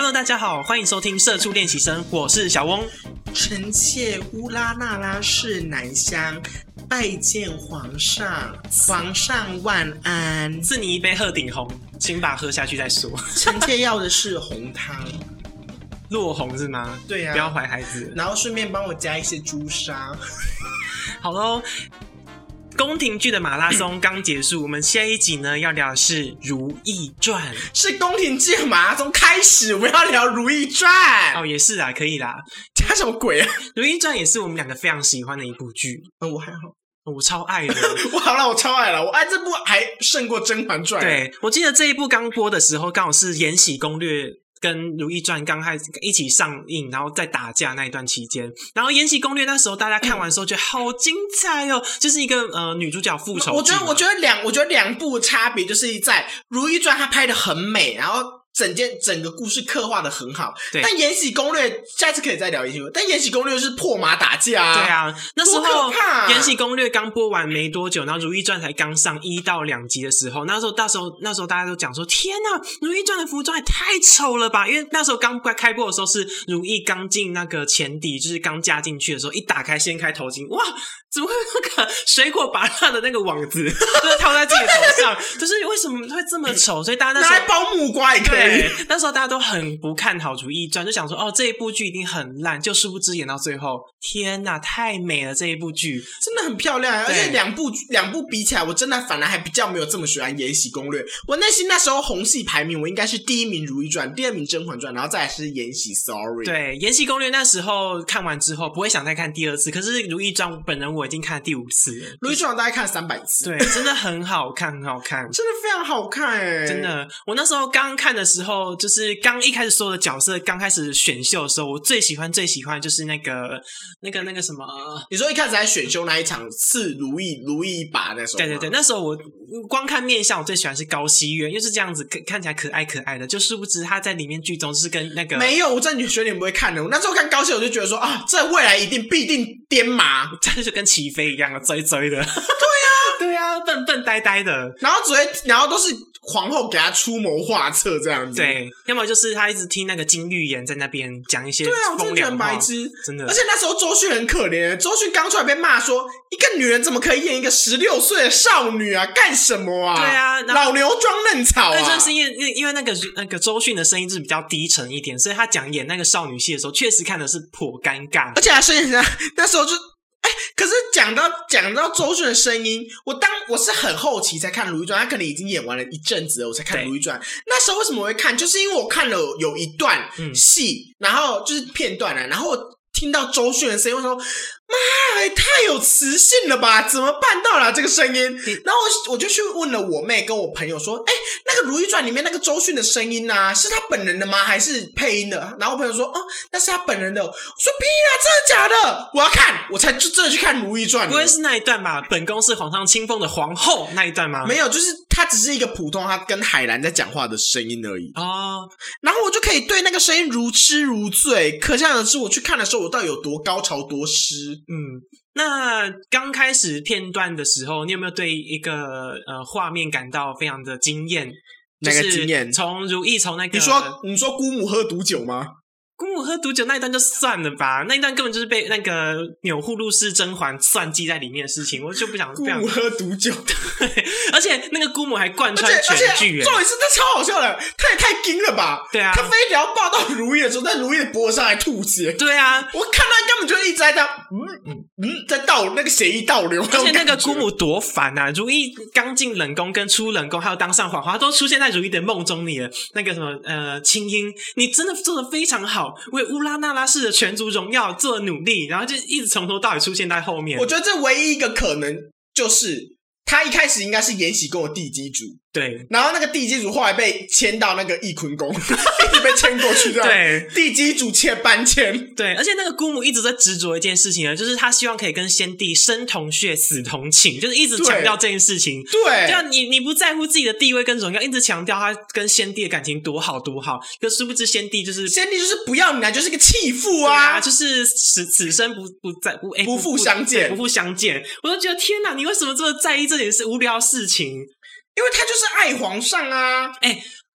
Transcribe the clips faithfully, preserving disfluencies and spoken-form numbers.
Hello， 大家好，欢迎收听社畜练习生，我是小翁。 臣妾乌拉那拉氏南乡拜见皇上，皇上万安。 赐你一杯鹤顶红，请把喝下去再说。 臣妾要的是红汤， 落红是吗？ 对啊， 不要怀孩子， 然后顺便帮我加一些朱砂。 好咯，宫廷剧的马拉松刚结束，我们下一集呢要聊的是《如懿传》， 是宫廷剧的马拉松开始，我们要聊《如懿传》。 哦，也是啊，可以啦。 加什么鬼啊？ 《如懿传》也是我们两个非常喜欢的一部剧。 嗯、呃，我还好， 我超爱的。 我好了，我超爱了，我爱这部还胜过《甄嬛传》。 对，我记得这一部刚播的时候，刚好是《延禧攻略》跟《如懿传》刚开始一起上映，然后在打架那一段期间，然后《延禧攻略》那时候大家看完的时候觉得好精彩哦，就是一个呃女主角复仇剧。 我觉得，我觉得两，我觉得两部差别就是在《如懿传》它拍得很美，然后整件整个故事刻画的很好。但《延禧攻略》下次可以再聊《延禧攻略》，但《延禧攻略》是破马打架啊。 对啊，那时候 《啊、 延禧攻略》刚播完没多久，然后《如懿传》才刚上一到两集的时候，那时候那时候那时候大家都讲说，天哪，《如懿传》的服装也太丑了吧！因为那时候刚开播的时候是如懿刚进那个前邸，就是刚嫁进去的时候，一打开掀开头巾，哇！怎么会那个水果拔蜡的那个网子就是套在自己头上？就是为什么会这么丑？所以大家那时候拿来包木瓜也可以。 那时候大家都很不看好《如懿传》，就想说哦，这一部剧一定很烂。就殊不知演到最后，天哪，太美了！这一部剧真的很漂亮，而且两部两部比起来，我真的反而还比较没有这么喜欢《延禧攻略》。我内心那时候红系排名，我应该是第一名《如懿传》，第二名《甄嬛传》，然后再来是《延禧 Sorry》。 对，《延禧攻略》那时候看完之后，不会想再看第二次。可是《如懿传》本人我已经看了第五次了，《 如懿传》我大概看了三百次。 对，真的很好看，很好看， 真的非常好看哎！ 真的，我那时候刚看的时候，就是刚一开始所有的角色刚开始选秀的时候，我最喜欢最喜欢就是那个那个那个什么， 你说一开始在选秀那一场赐如懿如懿一把那时候， 对对对，那时候我光看面相，我最喜欢是高希月，因为是这样子看起来可爱可爱的，就殊不知他在里面剧中是跟那个没有，我真的学点不会看的。我那时候看高希，我就觉得说啊，这未来一定必定颠麻， 他就跟齐飞一样的追追的，对啊，对啊，笨笨呆呆的， 然后只会，然后都是皇后给他出谋划策这样子， 对，要么就是他一直听那个金玉妍在那边讲一些对啊，我真的觉得很白痴，真的。而且那时候周迅很可怜，周迅刚出来被骂说，一个女人怎么可以演一个十六岁的少女啊？干什么啊？ 对啊， 老牛装嫩草啊！ 那真是因为因为那个那个周迅的声音是比较低沉一点，所以他讲演那个少女戏的时候，确实看的是颇尴尬。 而且他声音那时候就。哎，可是讲到讲到周迅的声音，我当我是很后期才看《如懿传》，他可能已经演完了一阵子了，我才看《如懿传》。那时候为什么会看？就是因为我看了有一段戏，嗯、然后就是片段啊，然后我听到周迅的声音，我说：“妈，也太有磁性了吧？怎么办到了这个声音？”然后我我就去问了我妹跟我朋友说：“哎，那个《如懿传》里面那个周迅的声音啊，是他本人的吗？还是配音的？”然后我朋友说：“哦，那是他本人的。”我说：“屁啊，真的假的？我要看，我才就真的去看《如懿传》。” 不会是那一段吧？本宫是皇上亲封的皇后那一段吗？ 没有，就是他只是一个普通他跟海兰在讲话的声音而已哦。 然后我就可以对那个声音如痴如醉，可想而知我去看的时候我到底有多高潮多湿。 嗯，那刚开始片段的时候，你有没有对一个呃画面感到非常的惊艳？ 哪个惊艳？ 从如懿从那个你说你说姑母喝毒酒吗？ 姑母喝毒酒那一段就算了吧，那一段根本就是被那个钮祜禄氏甄嬛算计在里面的事情，我就不想。 姑母喝毒酒， 对，而且那个姑母还贯穿全剧， 重点是这超好笑的，他也太惊了吧？ 对啊， 他非得要抱到如懿的时候，在如懿的脖子上还吐血。 对啊， 我看他根本就一直在这样，嗯嗯嗯，在倒那个血液倒流。 而且那个姑母多烦啊！如懿刚进冷宫跟出冷宫，还有当上皇后，都出现在如懿的梦中里了。那个什么呃，青樱，你真的做得非常好。为乌拉那拉氏的全族荣耀做努力，然后就一直从头到尾出现在后面。 我觉得这唯一一个可能就是他一开始应该是延禧宫的地基主， 对， 然后那个地基主后来被迁到那个翊坤宫，一直被迁过去，这样对， 地基主迁搬迁， 对，而且那个姑母一直在执着一件事情呢，就是她希望可以跟先帝生同血死同寝，就是一直强调这件事情。 对， 就像你你不在乎自己的地位跟荣耀，一直强调他跟先帝的感情多好多好，可殊不知先帝就是先帝就是不要你啊，就是个弃妇啊，啊就是此此生不不在不哎不复相见， 不复相见。我都觉得天哪，你为什么这么在意这件事无聊事情？ 因为他就是爱皇上啊， 哎。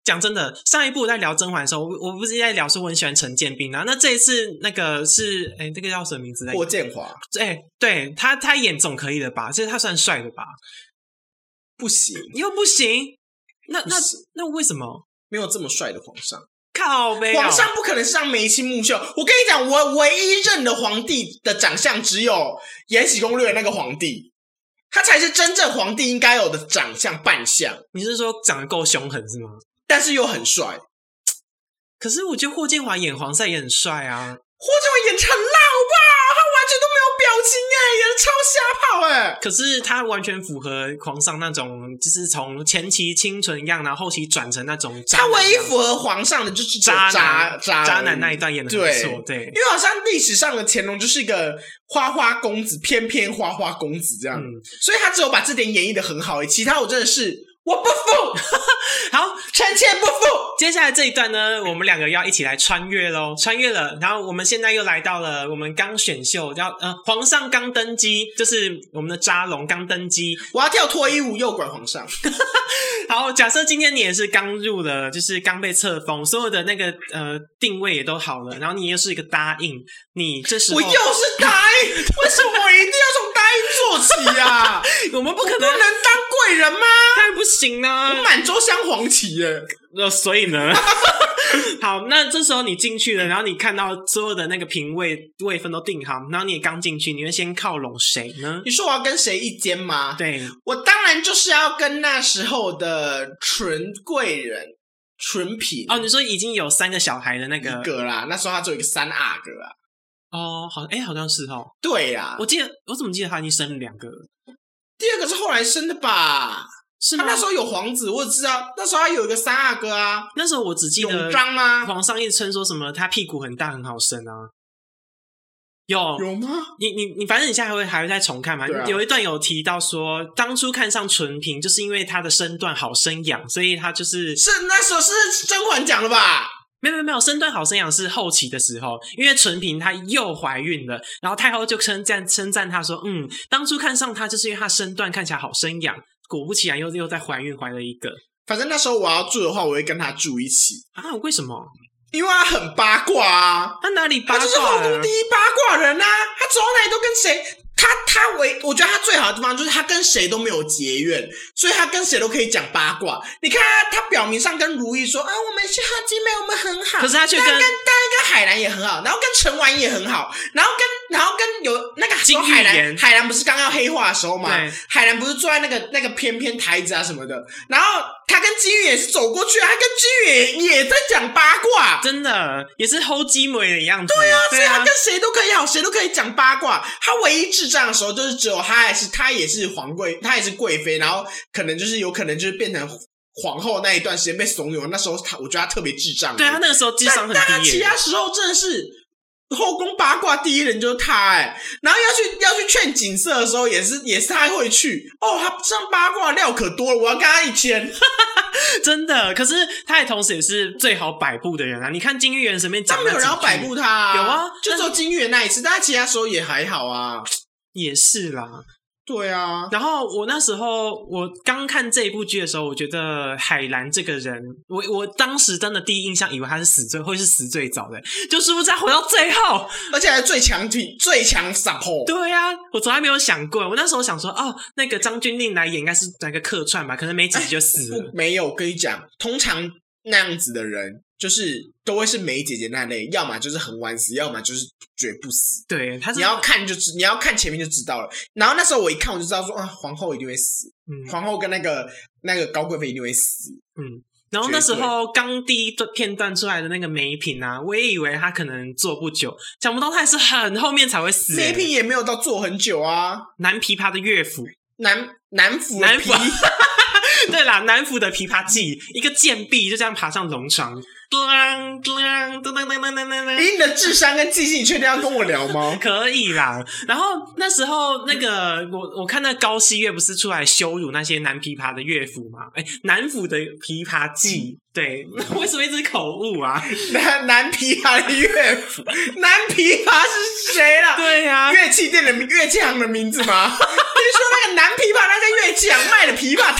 讲真的，上一部我在聊甄嬛的时候，我我不是在聊说我很喜欢陈建斌啊，那这一次那个是哎，这个叫什么名字？ 霍建华， 哎，对他他演总可以的吧？其实他算帅的吧？ 不行， 又不行，那那那为什么没有这么帅的皇上？ 靠北、 哦，皇上不可能是像眉清目秀。我跟你讲，我唯一认的皇帝的长相只有《延禧攻略》那个皇帝，他才是真正皇帝应该有的长相扮相。 你是说长得够凶狠是吗？ 但是又很帅。 可是我觉得霍建华演皇上也很帅啊。 霍建华演很烂，好不好？他完全都没有表情哎，演的超瞎炮哎。 可是他完全符合皇上那种，就是从前期清纯样，然后后期转成那种渣男。 他唯一符合皇上的就是渣渣渣渣男那一段演的很不错，对。 因为好像历史上的乾隆就是一个花花公子，翩翩花花公子这样，嗯、所以他只有把这点演绎的很好，其他我真的是。我不服， 好， 臣妾不服。 接下来这一段呢，我们两个要一起来穿越咯，穿越了。然后我们现在又来到了我们刚选秀，要呃，皇上刚登基，就是我们的扎龙刚登基。 我要跳脱衣舞诱拐皇上。 好，假设今天你也是刚入了，就是刚被册封，所有的那个呃定位也都好了，然后你又是一个答应，你这时候我又是答应，为什么我一定要从答应做起啊？ 我们不可能不能当贵人吗？ 当然不行啊！ 我满洲镶黄旗耶。 呃，所以呢，好，那这时候你进去了，然后你看到所有的那个评位位分都定好，然后你也刚进去，你会先靠拢谁呢？ 你说我要跟谁一间吗？ 对， 我当然就是要跟那时候的纯贵人、纯品。 哦，你说已经有三个小孩的那个一个啦，那时候他只有一个三阿哥啊。 哦，好，哎，好像是哦。 对啦， 我记得，我怎么记得他已经生了两个？ 第二个是后来生的吧？ 是吗？ 他那时候有皇子，我只知道那时候他有一个三阿哥啊。 那时候我只记得永璋吗？ 皇上一直称说什么他屁股很大很好生啊。有有吗？ 你你你，反正你现在还会还会再重看嘛？啊、有一段有提到说，当初看上纯平，就是因为他的身段好生养，所以他就是是那时候是甄嬛讲的吧？ 没有没有没有，身段好生养是后期的时候，因为纯平她又怀孕了，然后太后就称赞称赞她说，嗯，当初看上她就是因为她身段看起来好生养，果不其然又又在怀孕怀了一个。 反正那时候我要住的话，我会跟她住一起啊？为什么？ 因为他很八卦啊。 他哪里八卦？ 他就是后宫第一八卦人啊！他走到哪里都跟谁。他他唯我觉得他最好的地方就是他跟谁都没有结怨，所以他跟谁都可以讲八卦。你看他，他表面上跟如懿说啊，我们是好姐妹，我们很好。 可是他却跟跟跟海兰也很好，然后跟陈婉也很好，然后跟然后跟有那个金海兰，海兰不是刚要黑化的时候吗？海兰不是坐在那个那个偏偏台子啊什么的，然后他跟金玉也是走过去，他跟金玉也也在讲八卦， 真的也是齁鸡妹的样子。 对啊， 对啊， 所以他跟谁都可以好，谁都可以讲八卦。他唯一智障的时候，就是只有他还是他也是皇贵，他也是贵妃，然后可能就是有可能就是变成皇后那一段时间被怂恿，那时候他我觉得他特别智障。 对，他那个时候智商很低耶。 但他其他时候真的是后宫八卦第一人就是他哎、欸，然后要去要去劝景色的时候也是也是他会去哦，他上八卦料可多了，我要跟他一签。 真的，可是他也同时也是最好摆布的人啊！你看金玉媛随便讲， 他没有人要摆布他、啊， 有啊， 就只有金玉媛那一次，但他其他时候也还好啊。 也是啦， 对啊。 然后我那时候我刚看这一部剧的时候，我觉得海兰这个人，我我当时真的第一印象以为他是死最会是死最早的，就殊不知他活到最后， 而且还最强体最强 support。 对啊，我从来没有想过，我那时候想说，哦，那个张钧甯来演应该是哪个客串吧，可能没几集就死了。 没有，我跟你讲，通常那样子的人，就是都会是梅姐姐那类，要么就是很晚死，要么就是绝不死。 对，他是你要看就知，你要看前面就知道了。然后那时候我一看我就知道说啊，皇后一定会死，嗯，皇后跟那个那个高贵妃一定会死， 嗯。然后那时候刚第一片段出来的那个梅嫔啊，我也以为她可能做不久，想不到她还是很后面才会死、欸。 梅嫔也没有到做很久啊。 男琵琶的乐府， 男男府男府，对啦，男府的琵琶记，一个贱婢就这样爬上龙床。噔噔噔噔噔噔噔噔！ 以你的智商跟记性，你确定要跟我聊吗？ 可以啦。然后那时候那个我我看那高希月不是出来羞辱那些男琵琶的乐府吗？哎，男府的琵琶记，对，为什么一直口误啊？ 男男琵琶的乐府，男琵琶是谁啦？ 对呀、啊， 乐器店的乐器行的名字吗？听说那个男琵琶那家乐器行卖的琵琶特好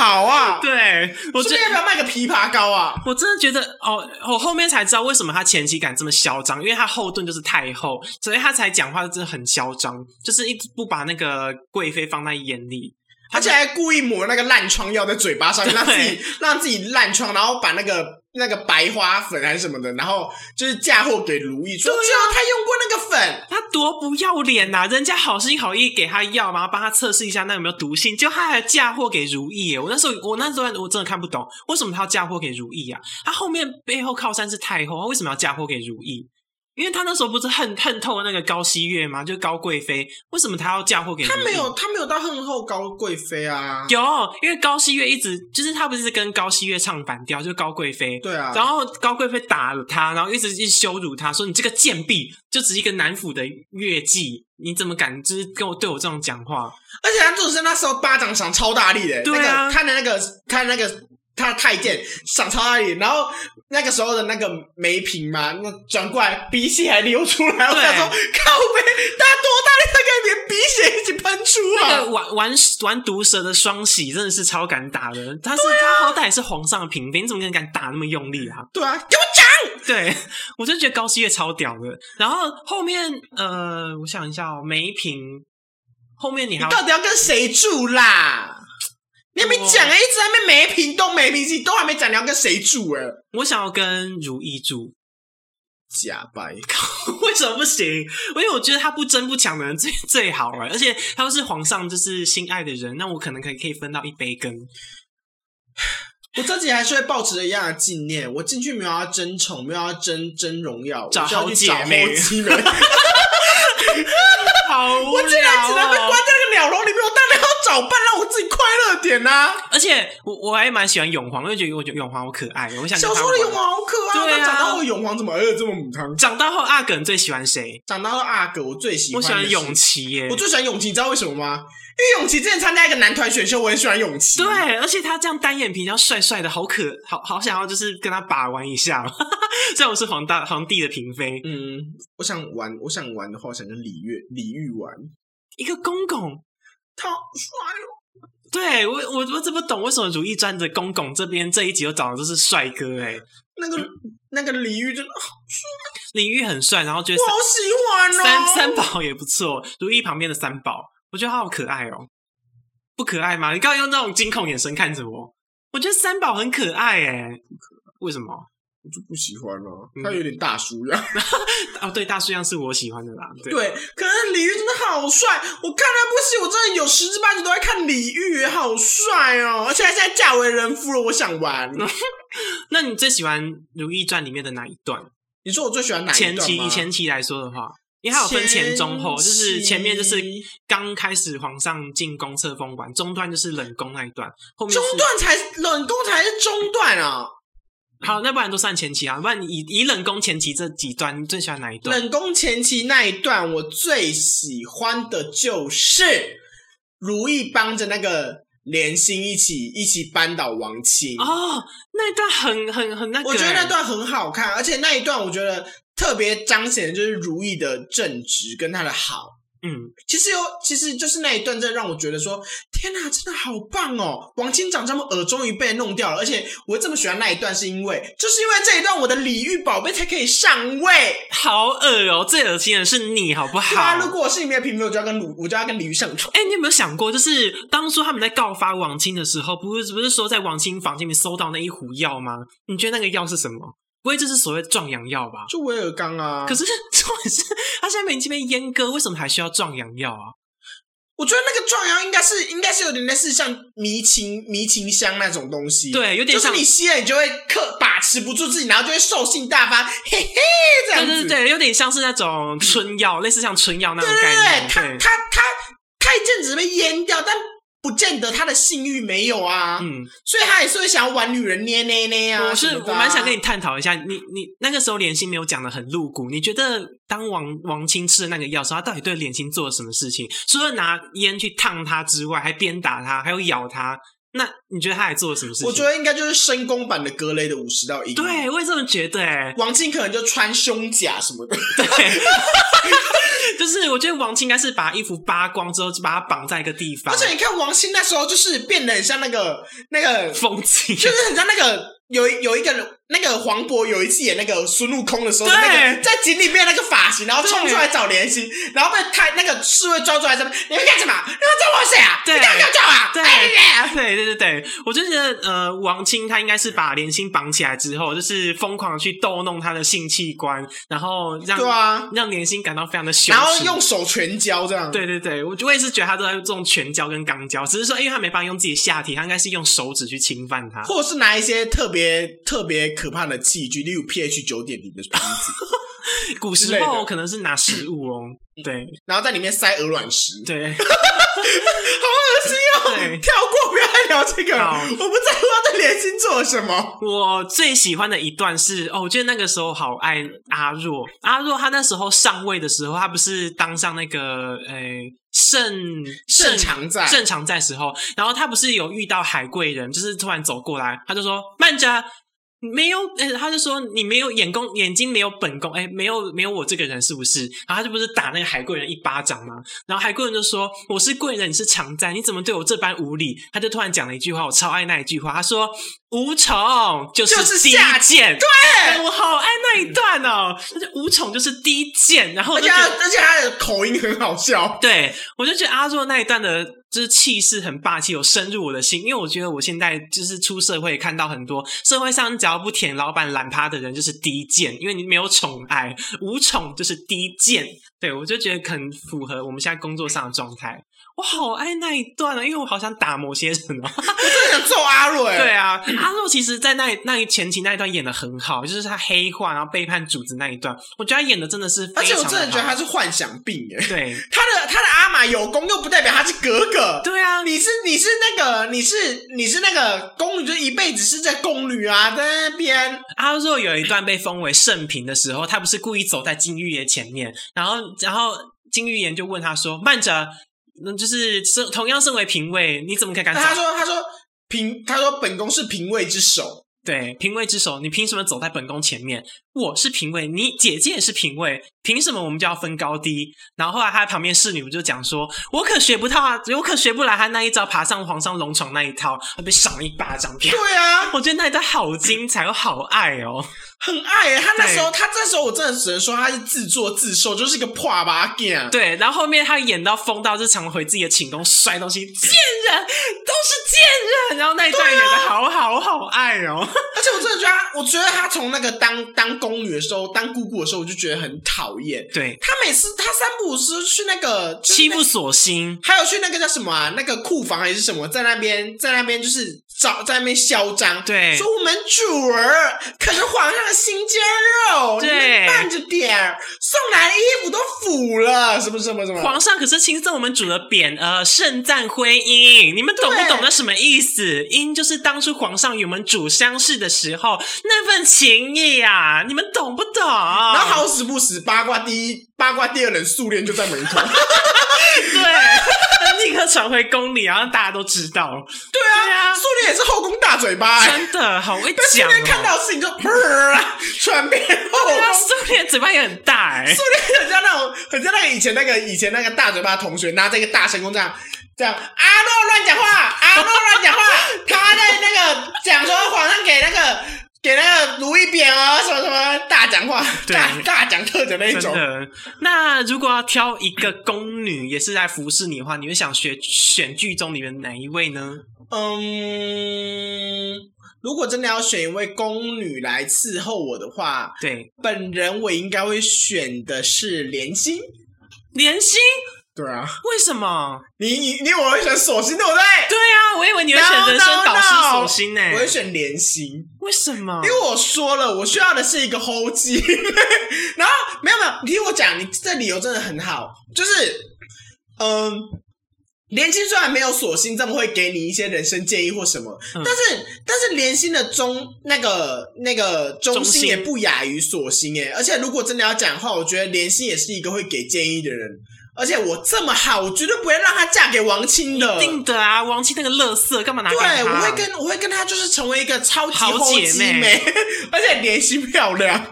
好啊？ 对，我觉得要不要卖个枇杷膏啊？ 我真的觉得哦，我后面才知道为什么他前期敢这么嚣张，因为他后盾就是太后，所以他才讲话真的很嚣张，就是一直不把那个贵妃放在眼里。 而且还故意抹那个烂疮药在嘴巴上，让自己让自己烂疮，然后把那个那个白花粉还是什么的，然后就是嫁祸给如意，说只有他用过那个粉， 他多不要脸呐、啊！人家好心好意给他药嘛，帮他测试一下那有没有毒性，就他还嫁祸给如意耶！我那时候我那时候我真的看不懂，为什么他要嫁祸给如意啊？他后面背后靠山是太后，他为什么要嫁祸给如意？因为他那时候不是恨恨透那个高羲月吗？就是高贵妃，为什么他要嫁祸给如意？ 他没有，他没有到恨后高贵妃啊。 有，因为高羲月一直就是他不是跟高羲月唱反调，就是高贵妃。 对啊。 然后高贵妃打了他，然后一直一直羞辱他，说你这个贱婢，就只是一个南府的乐伎，你怎么敢就是跟我对我这种讲话？ 而且他就是那时候巴掌赏超大力的， 对啊， 那个他的那个他的那个。他的太监赏超大力，然后那个时候的那个梅嫔嘛，那转过来鼻血还流出来，我想说靠北，他多大力才可以连鼻血一起喷出啊？ 那个玩玩玩毒蛇的双喜真的是超敢打的，他是、啊、他好歹也是皇上的嫔妃，你怎么敢打那么用力啊？ 对啊，给我讲！ 对，我就觉得高羲月超屌的。然后后面呃，我想一下哦，梅嫔后面你还要你到底要跟谁住啦？你还没讲啊！一直还没梅嫔东梅嫔西，都还没讲你要跟谁住哎！ 我想要跟如意住， 假掰， 为什么不行？因为我觉得他不争不抢的人最最好了，而且他又是皇上就是心爱的人，那我可能可以可以分到一杯羹。 我自己还是会抱持着一样的信念，我进去没有要争宠，没有要争争荣耀， 找好姐妹。 好无聊、哦！ 我竟然只能被关在那个鸟笼里面，我当然要找伴，让我自己快乐点啊！ 而且我我还蛮喜欢永皇，因为觉得我觉得永皇好可爱，我想小时候的永皇好可爱， 对啊。 长大后永皇怎么呃这么母汤？ 长大后阿梗最喜欢谁？ 长大后阿葛我最喜欢， 我喜欢永琪耶！ 我最喜欢永琪，你知道为什么吗？因为永琪之前参加一个男团选秀，我很喜欢永琪。 对，而且他这样单眼皮，然后帅帅的，好可好好想要就是跟他把玩一下。虽然我是皇大皇帝的嫔妃， 嗯，我想玩，我想玩的话，我想跟李月李玉玩一个公公， 他好帅哦。 对我我我怎么懂为什么《如懿传》的公公这边这一集都找的都是帅哥哎、欸？ 那个、嗯、那个李玉真的好帅， 李玉很帅，然后觉得我好喜欢哦。 三三宝也不错，如懿旁边的三宝。我觉得他好可爱哦，不可爱吗？你刚刚用那种惊恐眼神看着我，我觉得三宝很可爱诶。不可爱？为什么？ 我就不喜欢了，他有点大叔样。 哦，对，大叔样是我喜欢的啦。对， 对可是李煜真的好帅，我看那部戏，我真的有十之八九都在看李煜，好帅哦！而且他现在嫁为人妇了，我想玩。 那你最喜欢《如懿传》里面的哪一段？ 你说我最喜欢哪一段吗？ 前期以前期来说的话。因为它有分前中后，就是前面就是刚开始皇上进宫册封馆，中段就是冷宫那一段，后面中段才冷宫才是中段啊。 好，那不然都算前期啊，不然以以冷宫前期这几段，你最喜欢哪一段？ 冷宫前期那一段，我最喜欢的就是如懿帮着那个莲心一起一起扳倒王钦哦，那一段很很很那个， 我觉得那段很好看，而且那一段我觉得特别彰显的就是如懿的正直跟她的好。嗯，其实有，其实就是那一段真的让我觉得说，天哪，真的好棒哦！王钦长这么恶终于被弄掉了，而且我会这么喜欢那一段，是因为就是因为这一段，我的李煜宝贝才可以上位。 好恶哦，最恶心的是你，好不好？ 对啊，如果我是里面的嫔妃，我就要跟我就要跟李煜上床。 哎、欸，你有没有想过，就是当初他们在告发王钦的时候，不是不是说在王钦房间里面搜到那一壶药吗？你觉得那个药是什么？不会这是所谓的壮阳药吧？ 就威尔刚啊。 可是重点是他现在已经被阉割，为什么还需要壮阳药啊？ 我觉得那个壮阳应该是应该是有点类似像迷情迷情香那种东西， 对，有点像就是你吸了你就会克把持不住自己，然后就会兽性大发，嘿嘿，这样子。 对对对，有点像是那种春药，类似像春药那种概念。 对对对，他他他他一阵子被阉掉，但不见得他的性欲没有啊，嗯，所以他也是会想要玩女人捏捏捏啊。 我是、 啊、 我蛮想跟你探讨一下，你你那个时候莲心没有讲的很露骨，你觉得当王王钦吃的那个药时候，他到底对莲心做了什么事情？除了拿烟去烫他之外，还鞭打他，还有咬他。那你觉得他还做了什么事情？ 我觉得应该就是深宫版的格雷的五十道阴影。 对，我也这么觉得。哎， 王钦可能就穿胸甲什么的。 对。 就是我觉得王清应该是把衣服扒光之后，就把它绑在一个地方。 而且你看王清那时候就是变得很像那个那个风景， 就是很像那个有有一个那个黄渤有一次演那个孙悟空的时候，那个在井里面那个发型，然后冲出来找莲心，然后被太那个侍卫抓出来这边，你们干什么？你们在我谁啊？ 对， 你干嘛叫啊？ 对， 哎、 对对对对，我就觉得呃，王清他应该是把莲心绑起来之后，就是疯狂的去逗弄他的性器官，然后让对啊， 让莲心感到非常的羞耻， 然后用手拳交这样。 对对对，我我也是觉得他都在用拳交跟肛交，只是说因为他没办法用自己下体，他应该是用手指去侵犯他， 或者是拿一些特别特别可怕的器具，例如 pH 九点零的瓶子。 古时候可能是拿食物哦，对， 然后在里面塞鹅卵石。 对。 好恶心哦！跳过，不要再聊这个。我不在乎他对莲心做了什么。 我最喜欢的一段是哦，我觉得那个时候好爱阿若。阿若他那时候上位的时候，他不是当上那个诶圣圣常在圣常在时候，然后他不是有遇到海贵人，就是突然走过来，他就说慢着。没有，呃，他就说你没有眼公眼睛没有本公，哎，没有没有我这个人是不是？然后他就不是打那个海贵人一巴掌吗？然后海贵人就说我是贵人，你是常在，你怎么对我这般无礼？他就突然讲了一句话，我超爱那一句话，他说无宠就是低贱， 对， 我好爱那一段哦，就是无宠就是低贱，然后我就而且他而且他的口音很好笑， 对我就觉得阿若那一段的。就是气势很霸气，有深入我的心，因为我觉得我现在就是出社会看到很多社会上只要不舔老板懒趴的人就是低贱，因为你没有宠爱，无宠就是低贱。对，我就觉得很符合我们现在工作上的状态。我好爱那一段啊，因为我好想打某些人哦， 我真的想揍阿若哎。 对啊，阿若其实在那那前期那一段演得很好，就是他黑化然后背叛主子那一段，我觉得他演的真的是非常的好， 而且我真的觉得他是幻想病哎。 对， 他的他的阿玛有功，又不代表他是格格。 对啊， 你是你是那个你是你是那个宫女，就一辈子是在宫女啊，在那边。 阿若有一段被封为圣嫔的时候，他不是故意走在金玉爷前面，然后然后金玉爷就问他说：“慢着。”那就是同样身为嫔位，你怎么可以敢走？ 他说：“他说嫔，他说本宫是嫔位之首。 对，嫔位之首，你凭什么走在本宫前面？我是嫔位，你姐姐也是嫔位，凭什么我们就要分高低？”然后后来他旁边侍女就讲说：“我可学不到啊，我可学不来他那一招爬上皇上龙床那一套，他被赏一巴掌。” 对啊， 我觉得那一段好精彩，我好爱哦。 很爱耶，他那时候，他这时候我真的只能说他是自作自受，就是一个破把劲。 对，然后后面他演到疯到就常回自己的寝宫摔东西，贱人都是贱人，然后那一段演的好好，我好爱哦。 而且我真的觉得他，我觉得他从那个当当宫女的时候，当姑姑的时候，我就觉得很讨厌。 对， 他每次他三不五时去那个、就是、 欺负索心， 还有去那个叫什么啊？那个库房还是什么，在那边在那边就是找在那边嚣张， 对， 说我们主儿可是皇上的新鲜肉， 对， 你们慢着点儿，送来的衣服都腐了，什么什么什么。 皇上可是亲赠我们主的匾额，盛赞徽姻，你们懂不懂得什么意思？姻就是当初皇上与我们主相识的时候那份情谊啊，你们懂不懂？然后好死不死，八卦第一，八卦第二人素练就在门口， 对，立刻传回宫里，然后大家都知道。 对啊，对啊，素练也是后宫大嘴巴、欸， 真的好会讲、哦。 素练看到事情就噗传遍后宫。 素练嘴巴也很大哎、欸， 素练很像那种，很像那个以前那个以前那个大嘴巴同学拿着一个大神功这样。这样，阿诺乱讲话，阿诺乱讲话，他在那个讲说皇上给那个给那个如意匾额什么什么大讲话，大大讲特讲那一种。 真的。那如果要挑一个宫女也是来服侍你的话，你会想选选剧中里面哪一位呢？ 嗯，如果真的要选一位宫女来伺候我的话， 对， 本人我应该会选的是莲心。 莲心。 对啊， 为什么？ 你你你我会选索心，对不对？ 对啊，我以为你会选人生导师索心呢、欸。 我会选莲心， 为什么？ 因为我说了，我需要的是一个后继。然后没有没有，你听我讲，你这理由真的很好，就是嗯。莲心虽然没有索心这么会给你一些人生建议或什么，嗯、但是但是莲心的忠那个那个忠心也不亚于索心耶。而且如果真的要讲的话，我觉得莲心也是一个会给建议的人。而且我这么好，我绝对不会让她嫁给王清的。 一定的啊，王清那个垃圾干嘛拿给她？ 对，我会跟我会跟她就是成为一个超级好姐妹，而且莲心漂亮。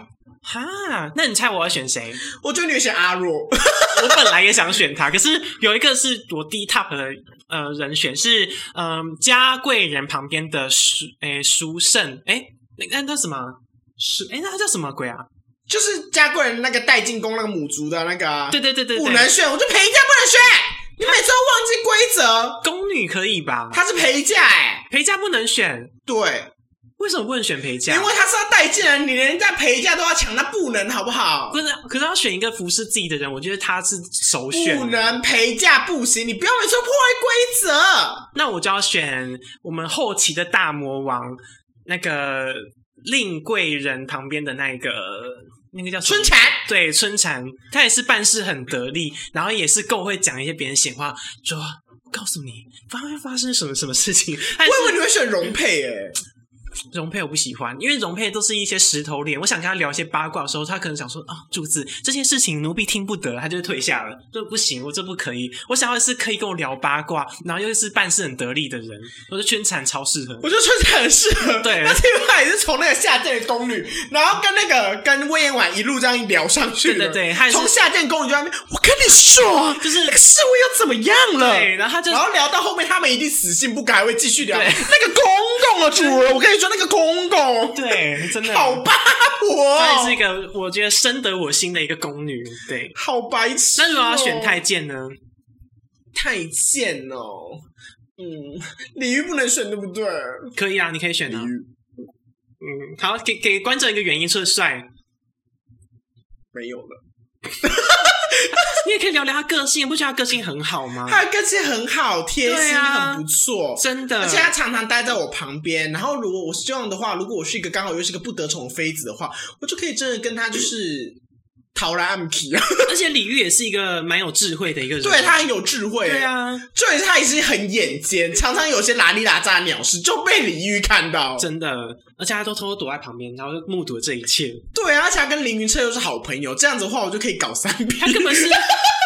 哈，那你猜我要选谁？ 我觉得你会选阿若。 我本来也想选他，可是有一个是我第一 top 的呃人选是嗯嘉贵人旁边的书诶书圣诶那那叫什么书诶那叫什么鬼啊？ 就是嘉贵人那个带进宫那个母族的那个、啊， 对对对对对， 不能选，我就陪嫁不能选。你每次都忘记规则。 宫女可以吧？ 他是陪嫁哎、欸， 陪嫁不能选。 对， 为什么不能选陪嫁？ 因为他是要带进人，你连人家陪嫁都要抢，那不能好不好？ 可是可是要选一个服侍自己的人，我觉得他是首选。 不能陪嫁不行，你不要每次破坏规则。 那我就要选我们后期的大魔王那个令贵人旁边的那个。那个叫春蝉， 对，春蝉，他也是办事很得力，然后也是够会讲一些别人闲话，说我告诉你发会发生什么什么事情。 我以为你会选容佩诶、欸， 容佩我不喜欢，因为容佩都是一些石头脸，我想跟他聊一些八卦的时候，他可能想说啊，主子这件事情奴婢听不得，他就退下了，就不行，我这不可以。我想要的是可以跟我聊八卦，然后又是办事很得力的人，我觉得春蝉超适合。 我觉得春蝉很适合， 对， 那是因为他也是从那个下贱的宫女，然后跟那个跟魏延婉一路这样聊上去的， 对对对， 从下贱宫女就在那边，我跟你说， 就是那个侍卫又怎么样了？ 对，然后他就然后聊到后面，他们一定死性不改，会继续聊那个公公啊，主人，我跟你说那个公公。 对，真的好八婆， 她也是一个我觉得深得我心的一个宫女。对， 好白痴、哦。 那如果要选太监呢？ 太监哦，嗯，李煜不能选，对不对？ 可以啊，你可以选啊。 李煜， 嗯，好，给给观众一个原因，就是帅。 没有了。 你也可以聊聊他个性，不觉得他个性很好吗？ 他的个性很好，贴心、啊，很不错， 真的。 而且他常常待在我旁边。然后，如果我希望的话，如果我是一个刚好又是一个不得宠的妃子的话，我就可以真的跟他就是陶然暗皮啊。 而且李煜也是一个蛮有智慧的一个人， 对他很有智慧。 对啊， 重点是他也是很眼尖，常常有些拉里拉扎的鸟事就被李煜看到， 真的。而且他都偷偷躲在旁边，然后就目睹了这一切。 对啊，而且他跟凌云彻又是好朋友，这样子的话我就可以搞三批。 他根本是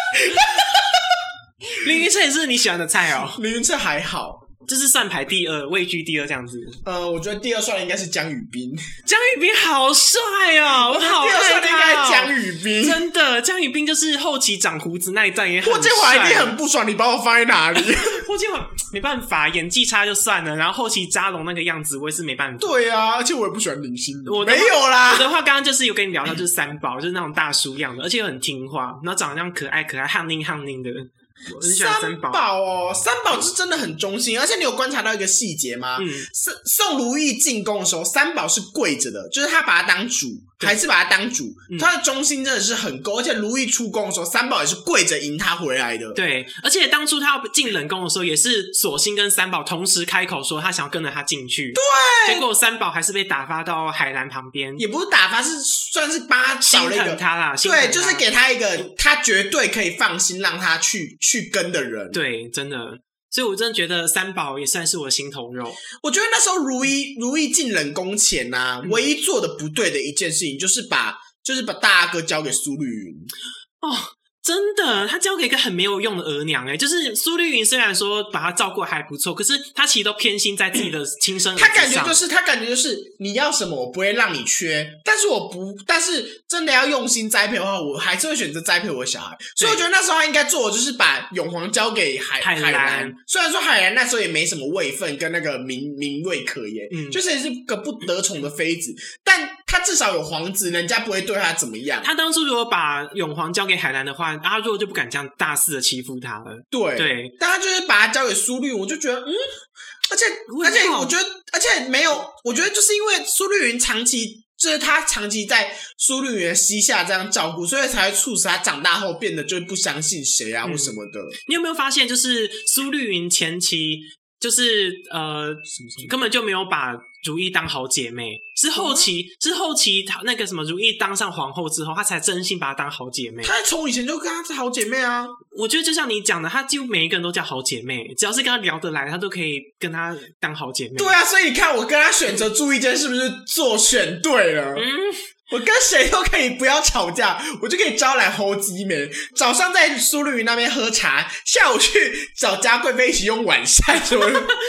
凌云彻也是你喜欢的菜哦。 凌云彻还好， 这是算排第二，位居第二这样子。 呃，我觉得第二帅的应该是江宇彬。 江宇彬好帅哦，我好爱他、哦。 第二帅的应该是江宇彬， 真的，江宇彬就是后期长胡子那一段也很帅。 霍建华一定很不爽，你把我放在哪里？ 霍建华没办法，演技差就算了，然后后期扎龙那个样子，我也是没办法。 对啊，而且我也不喜欢林心如。 我没有啦， 我的话刚刚就是有跟你聊到，就是三宝，就是那种大叔样的，而且又很听话，然后长得这样可爱可爱、憨宁憨宁的。我很喜欢三宝。 三宝哦，三宝是真的很忠心，而且你有观察到一个细节吗？嗯，送送如意进宫的时候，三宝是跪着的，就是他把他当主，还是把他当主，嗯、他的忠心真的是很够。而且如意出宫的时候，三宝也是跪着迎他回来的。 对，而且当初他要进冷宫的时候，也是索性跟三宝同时开口说他想要跟着他进去。 对， 结果三宝还是被打发到海兰旁边， 也不是打发，是算是帮他找了一个心疼他啦， 对，就是给他一个他绝对可以放心让他去去跟的人。 对，真的。所以我真的觉得三宝也算是我的心头肉。 我觉得那时候如意如意进冷宫前啊、嗯，唯一做的不对的一件事情就是把就是把大阿哥交给苏绿云。 哦，真的，他交给一个很没有用的额娘诶，就是苏绿云虽然说把他照顾还不错，可是他其实都偏心在自己的亲生儿子上。 他感觉就是他感觉就是你要什么我不会让你缺，但是我不，但是真的要用心栽培的话，我还是会选择栽培我的小孩。所以我觉得那时候他应该做的就是把永皇交给海海兰。 海兰虽然说海兰那时候也没什么位分跟那个名名位可言，嗯，就是也是个不得宠的妃子，但他至少有皇子，人家不会对他怎么样。 他当初如果把永皇交给海兰的话，阿若就不敢这样大肆的欺负他了。 对对， 但他就是把他交给苏绿，我就觉得嗯，而且而且我觉得，而且没有，我觉得就是因为苏绿云长期就是他长期在苏绿云的膝下这样照顾，所以才会促使他长大后变得就是不相信谁啊、嗯、或什么的。 你有没有发现，就是苏绿云前期就是呃根本就没有把如意当好姐妹，是后期、嗯、是后期他那个什么如意当上皇后之后，他才真心把她当好姐妹。 他从以前就跟她是好姐妹啊。 我觉得就像你讲的，他几乎每一个人都叫好姐妹，只要是跟他聊得来，他都可以跟他当好姐妹。 对啊，所以你看我跟他选择朱一坚是不是做选对了？嗯，我跟谁都可以不要吵架，我就可以招来侯吉梅。早上在苏绿云那边喝茶，下午去找嘉贵妃一起用晚膳什么的。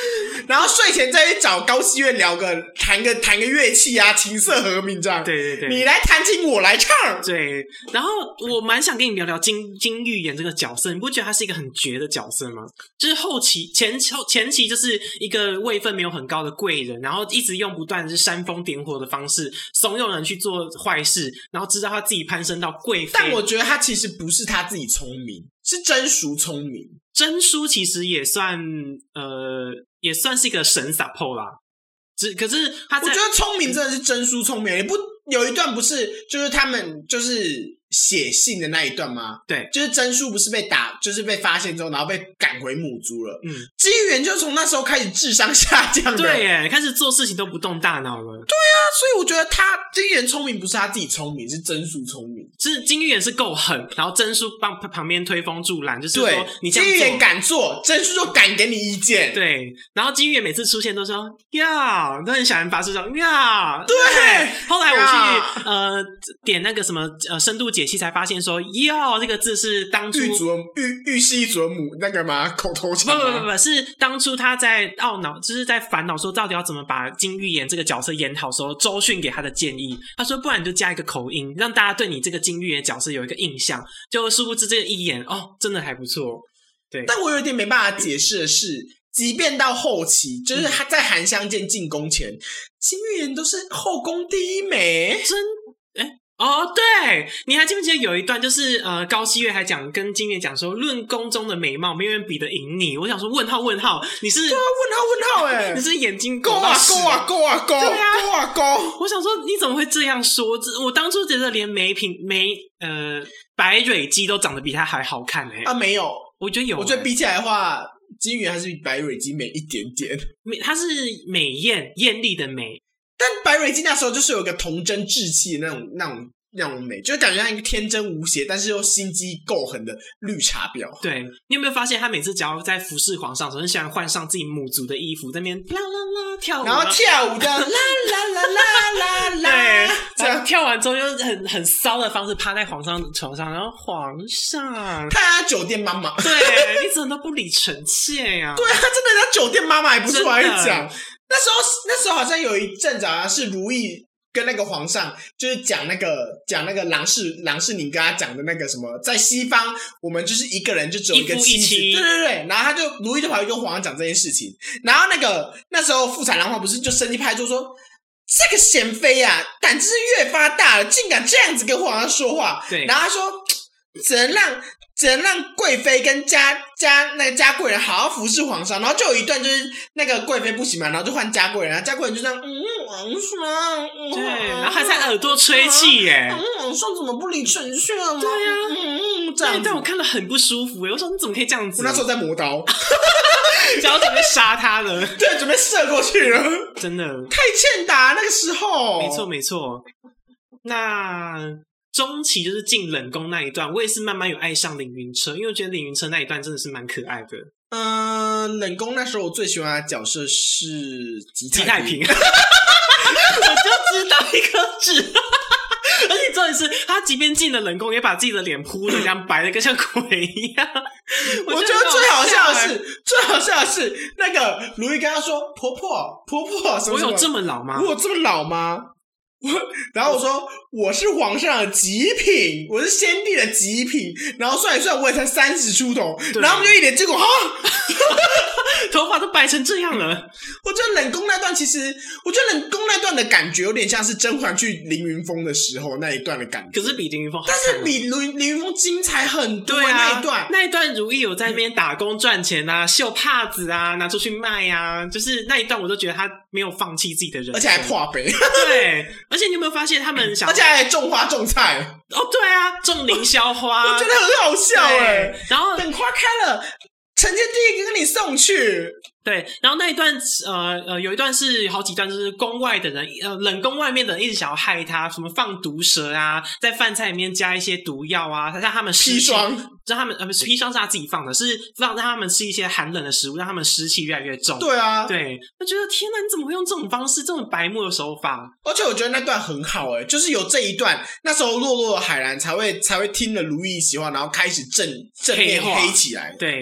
然后睡前再去找高希苑聊个弹个弹个乐器啊，琴瑟和鸣这样。 对对对， 你来弹琴，我来唱。 对，然后我蛮想跟你聊聊金金玉妍这个角色，你不觉得他是一个很绝的角色吗？就是后期前后前期就是一个位分没有很高的贵人，然后一直用不断的是煽风点火的方式怂恿人去做坏事，然后直到他自己攀升到贵妃。 但我觉得他其实不是他自己聪明，是真淑聪明。 真淑其实也算呃也算是一个神 support 啦，只可是他在我觉得聪明真的是真淑聪明。你不有一段不是就是他们就是写信的那一段吗？ 对， 就是真淑不是被打，就是被发现之后，然后被赶回母族了。 嗯， 金玉妍就从那时候开始智商下降的。 对耶，开始做事情都不动大脑了。 对啊，所以我觉得他金玉妍聪明不是他自己聪明，是真淑聪明。 是金玉妍是够狠，然后真淑帮旁边推风助澜，就是说你这样做， 金玉妍敢做，真淑就敢给你意见。 对，然后金玉妍每次出现都说呀，都很小人发出说呀， 对。 后来我去呃点那个什么呃深度解析，才发现说要这个字是当初玉祖玉玉溪祖母那个吗？口头禅不不不不是当初他在懊恼，就是在烦恼说到底要怎么把金玉妍这个角色演好时候，周迅给他的建议，他说不然你就加一个口音，让大家对你这个金玉妍角色有一个印象。就殊不知这个一演哦，真的还不错。对， 但我有点没办法解释的是，即便到后期，就是他在韩湘剑进宫前，嗯、金玉妍都是后宫第一美， 真哎。哦，对，你还记不记得有一段就是呃，高希月还讲跟金月讲说，论宫中的美貌，没有人比得赢你。我想说，问号问号，你是对啊，问号问号哎、欸， 你是眼睛勾啊勾啊勾啊勾， 对啊勾啊勾。 我想说，你怎么会这样说？我当初觉得连梅品梅呃白蕊姬都长得比她还好看哎、欸、 啊，没有， 我觉得有、欸， 我觉得比起来的话，金玉还是比白蕊姬美一点点。 美，她是美艳艳丽的美。 但白蕊姬那时候就是有一个童真稚气的那种、那种、那种美，就是感觉像一个天真无邪，但是又心机够狠的绿茶婊。 对，你有没有发现，她每次只要在服侍皇上的时候，很喜欢换上自己母族的衣服，在那边啦啦啦跳舞， 然后跳舞的啦啦啦啦啦啦， 对，这样跳完之后又很很骚的方式趴在皇上床上，然后皇上， 他酒店妈妈， 对，你怎么都不理臣妾呀、啊？ 对啊，真的，人家酒店妈妈也不出来讲。那时候，那时候好像有一阵子，好像是如意跟那个皇上，就是讲那个讲那个郎世郎世宁跟他讲的那个什么，在西方我们就是一个人就只有一个妻子，对对对。然后他就如意就跑去跟皇上讲这件事情，然后那个那时候富产郎皇不是就生气拍桌说，这个贤妃啊，胆子是越发大了，竟敢这样子跟皇上说话。 对， 然后他说只能让。只能让贵妃跟嘉嘉那个嘉贵人好好服侍皇上，然后就有一段就是那个贵妃不行嘛，然后就换嘉贵人，然后嘉贵人就这样，嗯，皇上，嗯、 对，然后还在耳朵吹气耶， 嗯，皇上怎么不理丞相啊？ 对呀、啊， 嗯，这样子， 但我看了很不舒服耶，我说你怎么可以这样子？ 我那时候在磨刀， 想要准备杀他了， 对，准备射过去了， 真的太欠打那个时候， 没错没错，那。中期就是进冷宫那一段，我也是慢慢有爱上凌云车，因为我觉得凌云车那一段真的是蛮可爱的。 嗯、呃，冷宫那时候我最喜欢的角色是吉太平，我就知道一颗痣。而且重点是，他即便进了冷宫，也把自己的脸铺的这样白的跟像鬼一样。 我觉得最好笑的是，最好笑的是那个如意跟他说：“婆婆，婆婆，什么什么我有这么老吗？ 我有这么老吗？”我然后我说我是皇上的极品，我是先帝的极品，然后算一算我也才三十出头，然后我们就一脸结果哈， 头发都白成这样了。 我觉得冷宫那段其实，我觉得冷宫那段的感觉有点像是甄嬛去凌云峰的时候那一段的感觉， 可是比凌云峰好看， 看， 但是比凌凌云峰精彩很多。 对啊， 那一段那一段如意有在那边打工赚钱啊，绣帕子啊，拿出去卖啊，就是那一段我都觉得他没有放弃自己的人生， 而且还破杯。 对。而且你有没有发现他们想， 而且还种花种菜哦，对啊，种凌霄花， 我觉得很好笑哎、欸。 然后等花开了，承接第一个跟你送去。 对，然后那一段呃呃有一段是好几段，就是宫外的人呃冷宫外面的人一直想要害他，什么放毒蛇啊，在饭菜里面加一些毒药啊，让他们砒霜，让他们呃不是砒霜是他自己放的，是让让他们吃一些寒冷的食物，让他们湿气越来越重。 对啊， 对，我觉得天哪，你怎么会用这种方式，这种白目的手法？ 而且我觉得那段很好哎、欸，就是有这一段，那时候落落的海兰才会才会听了如意喜欢，然后开始正正面黑起来。 对。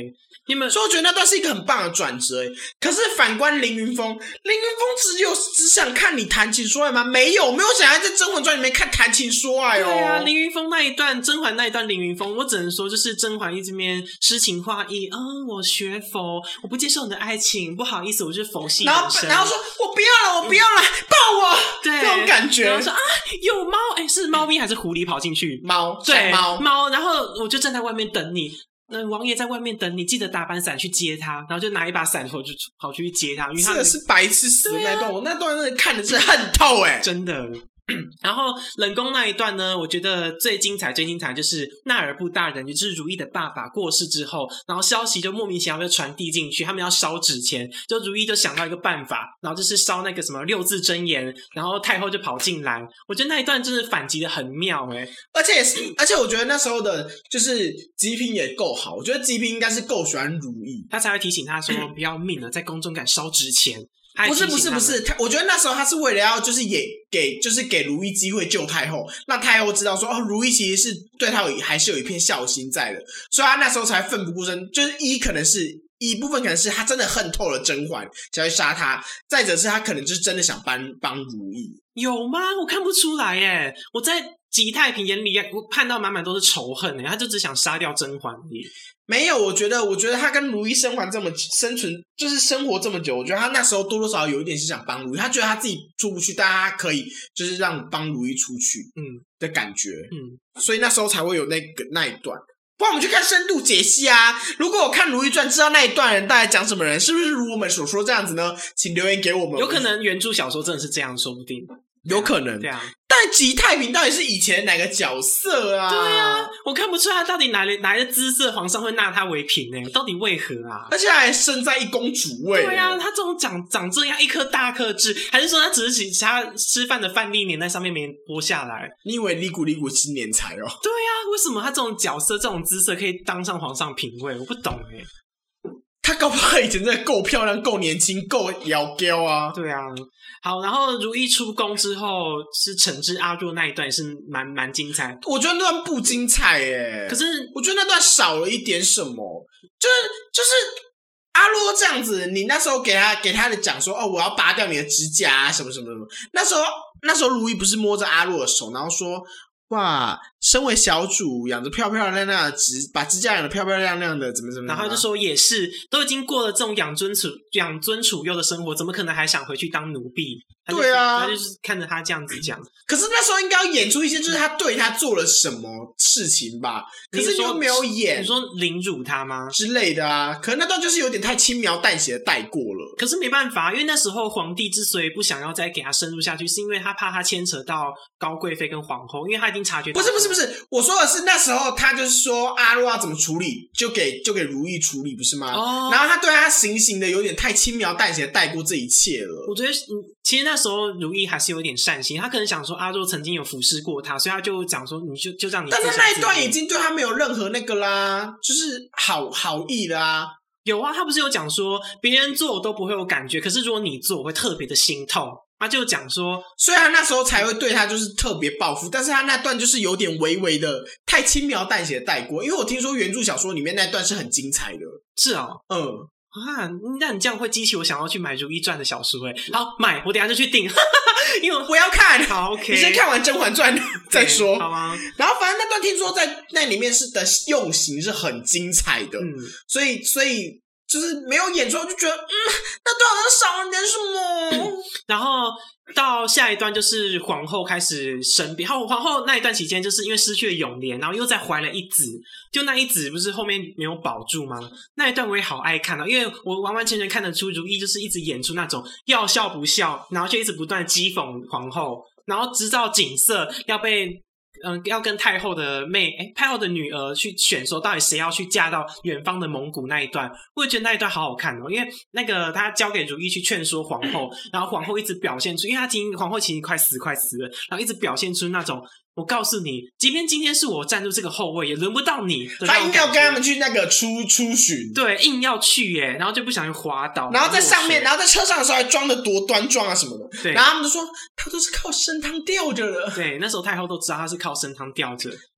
你们所以我觉得那段是一个很棒的转折。可是反观凌云峰，凌云峰只有只想看你谈情说爱吗？没有，没有想要在《甄嬛传》里面看谈情说爱哦。 对啊，凌云峰那一段，甄嬛那一段凌云峰，我只能说就是甄嬛一直面诗情画意啊、嗯，我学佛，我不接受你的爱情，不好意思，我就是佛系人生。 然后然后说我不要了，我不要了，抱我， 对， 这种感觉。 然后说啊，有猫，哎，是猫咪还是狐狸跑进去？ 猫， 对， 猫猫。然后我就站在外面等你。那王爷在外面等你，记得打板伞去接他，然后就拿一把伞头就跑去接他，因为他这是白痴死的那段，啊、我那段真的看的是恨透哎、欸， 真的。然后冷宫那一段呢，我觉得最精彩最精彩就是纳尔布大人，也就是如懿的爸爸过世之后，然后消息就莫名其妙就传递进去，他们要烧纸钱，就如懿就想到一个办法，然后就是烧那个什么六字真言，然后太后就跑进来，我觉得那一段真的反击的很妙哎、欸， 而且也是，而且我觉得那时候的就是极品也够好，我觉得极品应该是够喜欢如懿， 他才会提醒他说不要命了，在宫中敢烧纸钱。 不是不是不是，他我觉得那时候他是为了要就是也给就是给如懿机会救太后，让太后知道说哦，如懿其实是对他有还是有一片孝心在的，所以他那时候才奋不顾身。就是一可能是一部分可能是他真的恨透了甄嬛才会杀他，再者是他可能就是真的想帮帮如懿。 有吗？我看不出来耶，我在吉太平眼里我看到满满都是仇恨耶，他就只想杀掉甄嬛而已。 没有，我觉得，我觉得他跟如懿生活这么生存，就是生活这么久，我觉得他那时候多多少少有一点是想帮如懿，他觉得他自己出不去，但他可以就是让帮如懿出去，嗯的感觉，嗯，所以那时候才会有那个那一段。不然我们去看深度解析啊！如果我看《如懿传》知道那一段人大概讲什么人，是不是如我们所说这样子呢？请留言给我们。 有可能原著小说真的是这样，说不定。 有可能， 对啊。 但吉太平到底是以前哪个角色啊？ 对啊，我看不出他到底哪来哪来的姿色，皇上会纳他为嫔呢？到底为何啊？ 而且还身在一公主位。 对啊，他这种长长这样一颗大颗痣，还是说他只是其他吃饭的饭粒粘在上面没剥下来？ 你以为利古利古是年才哦？ 对啊，为什么他这种角色、这种姿色可以当上皇上嫔位？我不懂哎、欸。 他搞不好以前真的够漂亮、够年轻、够窈窕啊！ 对啊，好，然后如懿出宫之后是惩治阿若那一段也是蛮蛮精彩。 我觉得那段不精彩耶， 可是我觉得那段少了一点什么，就是就是阿若这样子，你那时候给他给他的讲说哦，我要拔掉你的指甲啊，什么什么什么。那时候那时候如懿不是摸着阿若的手，然后说。哇，身为小主，养着漂漂亮亮的指，把指甲养得漂漂亮亮的，怎么怎么？ 然后他就说也是，都已经过了这种养尊处养尊处优的生活，怎么可能还想回去当奴婢？ 对啊， 他就是看着他这样子讲。 可是那时候应该要演出一些，就是他对他做了什么事情吧？可是你又没有演， 你说凌辱他吗？ 之类的啊？可是那段就是有点太轻描淡写的带过了。 可是没办法，因为那时候皇帝之所以不想要再给他深入下去，是因为他怕他牵扯到高贵妃跟皇后，因为他已经察觉到。 不是不是不是，我说的是那时候他就是说阿若要怎么处理，就给就给如懿处理，不是吗？哦。然后他对他行刑的有点太轻描淡写的带过这一切了。 我觉得其实那时候如懿还是有点善心，他可能想说阿若曾经有服侍过他，所以他就讲说你就就让你。 但是那一段已经对他没有任何那个啦，就是好好意啦。 有啊，他不是有讲说别人做我都不会有感觉，可是如果你做我会特别的心痛。他就讲说， 虽然那时候才会对他就是特别报复，但是他那段就是有点微微的太轻描淡写的带过，因为我听说原著小说里面那段是很精彩的。 是哦，嗯啊，那你这样会激起我想要去买《如懿传》的小说诶。好，买，我等一下就去订，因为我不要看。 好 ，OK， 你先看完《甄嬛传》再说， 好吗？ 然后反正那段听说在那里面是的用刑是很精彩的，嗯，所以所以。就是没有演出来，就觉得嗯，那段好像少了点什么。 嗯、然后到下一段就是皇后开始生病，然后皇后那一段期间，就是因为失去了永莲，然后又再怀了一子，就那一子不是后面没有保住吗？那一段我也好爱看啊，因为我完完全全看得出如懿就是一直演出那种要笑不笑，然后就一直不断讥讽皇后，然后直到景色要被。嗯，要跟太后的妹，哎，太后的女儿去选说，到底谁要去嫁到远方的蒙古那一段，我也觉得那一段好好看哦。因为那个他交给如懿去劝说皇后，然后皇后一直表现出，因为他听皇后其实快死快死了，然后一直表现出那种，我告诉你，即便今天是我站住这个后位，也轮不到你。 他硬要跟他们去那个出出巡， 对，硬要去耶，然后就不小心滑倒， 然后在上面，然后在车上的时候还装的多端庄啊什么的， 对， 然后他们就说他都是靠参汤吊着的， 对，那时候太后都知道他是靠参汤吊着。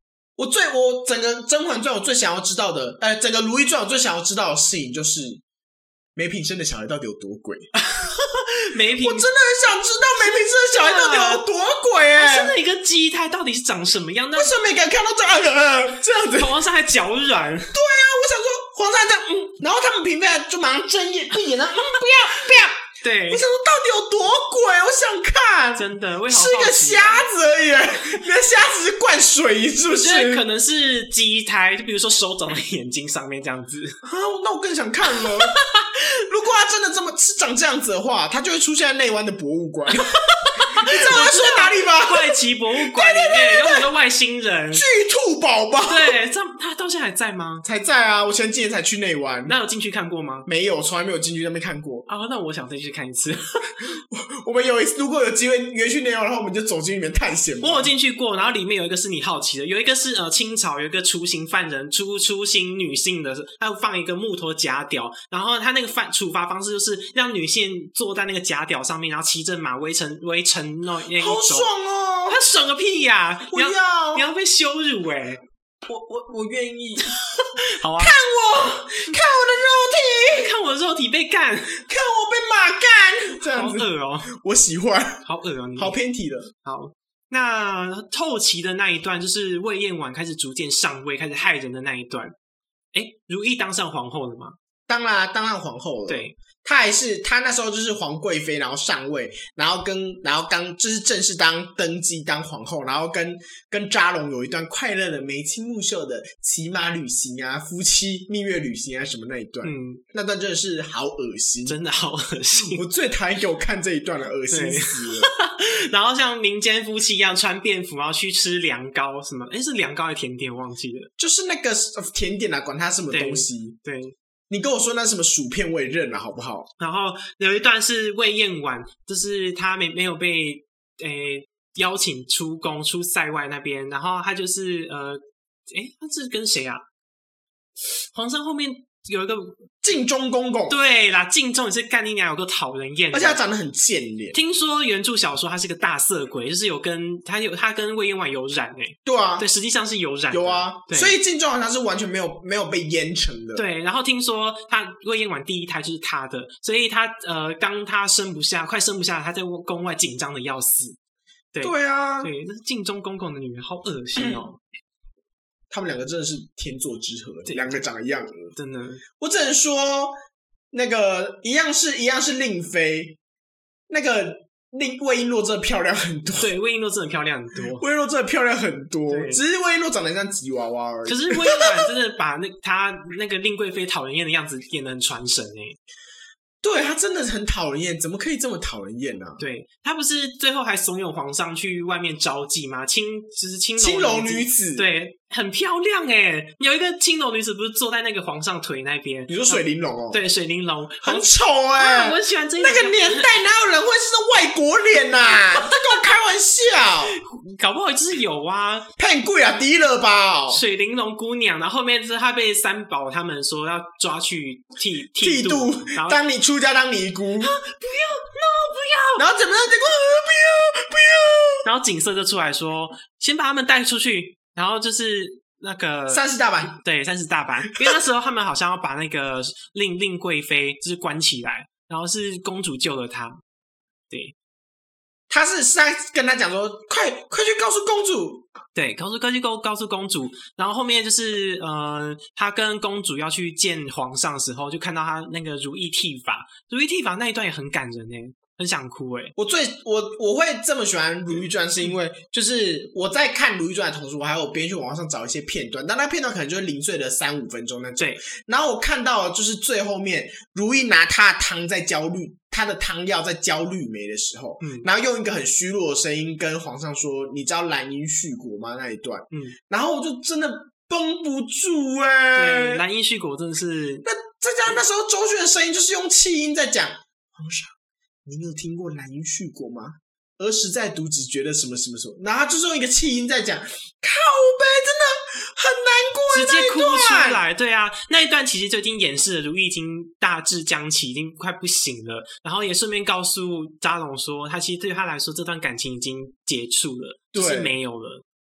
我最我整个《甄嬛传》我最想要知道的，呃，整个《如懿传》我最想要知道的事情就是梅嫔生的小孩到底有多鬼。 梅嫔， 我真的很想知道梅嫔生的小孩到底有多鬼哎、欸！ 生了一个鸡胎到底是长什么样？ 为什么每个人看到这样、呃、这样子？ 皇上还脚软。对啊，我想说皇上这样，嗯，然后他们嫔妃就马上睁眼闭眼了，嗯，不要不要。 对， 我想说到底有多鬼？我想看， 真的，我也好是一个瞎子而已。你的瞎子是灌水是不是？ 我觉得可能是鸡胎，就比如说手长在眼睛上面这样子。 啊，那我更想看了。如果他真的这么是长这样子的话，他就会出现在内湾的博物馆。你知道我在说哪里吗？ 怪奇博物馆里面有很多外星人， 巨兔宝宝。 对，这他到现在还在吗？ 才在啊！我前几年才去内湾。 那有进去看过吗？ 没有，从来没有进去那边看过。 啊、哦，那我想再去看一次。 我们有一次，如果有机会约去内湾，然后我们就走进里面探险。 我有进去过，然后里面有一个是你好奇的，有一个是呃清朝有一个处刑犯人出出刑女性的，他放一个木头假屌，然后他那个犯处罚方式就是让女性坐在那个假屌上面，然后骑着马围城围城那那一种。 好爽哦！ 他爽个屁呀、啊！ 我要你要被羞辱哎、欸！ 我我我愿意。 好啊！ 看我，看我的肉体， 看我的肉体被干，看我被马干，这样子好恶哦！ 我喜欢， 好恶哦！你好偏题了。 好，那后期的那一段就是魏嬿婉开始逐渐上位，开始害人的那一段。哎，如懿当上皇后了吗？ 当然，当上皇后了。 对。 她还是她那时候就是皇贵妃，然后上位，然后跟然后刚就是正式当登基当皇后，然后跟跟扎龙有一段快乐的眉清目秀的骑马旅行啊，夫妻蜜月旅行啊什么那一段，嗯，那段真的是好恶心， 真的好恶心， 我最讨厌给我看这一段了，恶心死了。 然后像民间夫妻一样穿便服，然后去吃凉糕什么，诶是凉糕还是甜点忘记了， 就是那个甜点啊，管它什么东西， 对。对你跟我说那什么薯片我也认了好不好？ 然后有一段是魏嬿婉，就是她没没有被诶邀请出宫出塞外那边，然后她就是呃，诶她是跟谁啊？皇上后面有一个敬忠公公， 对啦，敬忠也是干你娘有个讨人厌， 而且他长得很贱脸。 听说原著小说他是个大色鬼，就是有跟他有他跟魏嬿婉有染诶、欸， 对啊， 对，实际上是有染的， 有啊，所以敬忠好像是完全没有没有被阉成的。 对，然后听说他魏嬿婉第一胎就是他的，所以他呃，当他生不下，快生不下，他在宫外紧张的要死。对对啊， 对，这是敬忠公公的女儿，好恶心哦。 他们两个真的是天作之合，两个长一样的， 真的。我只能说，那个一样是一样是令妃，那个令魏璎珞真的漂亮很多。 对，魏璎珞真的漂亮很多， 魏璎珞真的漂亮很多，只是魏璎珞长得像吉娃娃而已。 可是魏璎珞真的把那她那个令贵妃讨人厌的样子演得很传神哎。 对，他真的很讨人厌，怎么可以这么讨人厌呢、啊？ 对，他不是最后还怂恿皇上去外面招妓吗？青就是青青楼女子， 对，很漂亮哎。有一个青楼女子不是坐在那个皇上腿那边？ 你说水玲珑哦？ 对，水玲珑很丑哎、 啊，我很喜欢这一那个年代哪有人会是外国脸呐、啊？在跟我开玩笑？ 搞不好就是有啊， 太贵啊，低了吧？ 水玲珑姑娘，然后后面是她被三宝他们说要抓去剃剃度， 然后当你出家当尼姑，啊、不要 ，no 不要，然后怎么样？结果、呃、不要不要， 然后景色就出来说，先把他们带出去，然后就是那个三十大板， 对，三十大板，因为那时候他们好像要把那个令令贵妃就是关起来，然后是公主救了她，对。 他是是在跟他讲说，快快去告诉公主， 对，告诉告诉告告诉公主，然后后面就是呃，他跟公主要去见皇上的时候，就看到他那个如意剃发，如意剃发那一段也很感人诶，很想哭诶。 我最我我会这么喜欢《如懿传》，是因为就是我在看《如懿传》的同时，我还有边去网上找一些片段，但那片段可能就是零碎的三五分钟那种。 对， 然后我看到就是最后面，如懿拿她的汤在浇绿。他的汤药在浇绿梅的时候，嗯，然后用一个很虚弱的声音跟皇上说：“你知道兰因絮果吗？”那一段，嗯，然后我就真的绷不住哎、 欸。对，兰因絮果真的是。 那再加上那时候周迅的声音就是用气音在讲：“皇上，您有听过兰因絮果吗？儿时在读只觉得什么什么什么，然后他就是用一个气音在讲，靠北，真的很难过， 直接哭出来。对啊，那一段其实就已经演示了如懿已经大致僵起，已经快不行了。然后也顺便告诉扎龙说，他其实对他来说这段感情已经结束了，就是没有了。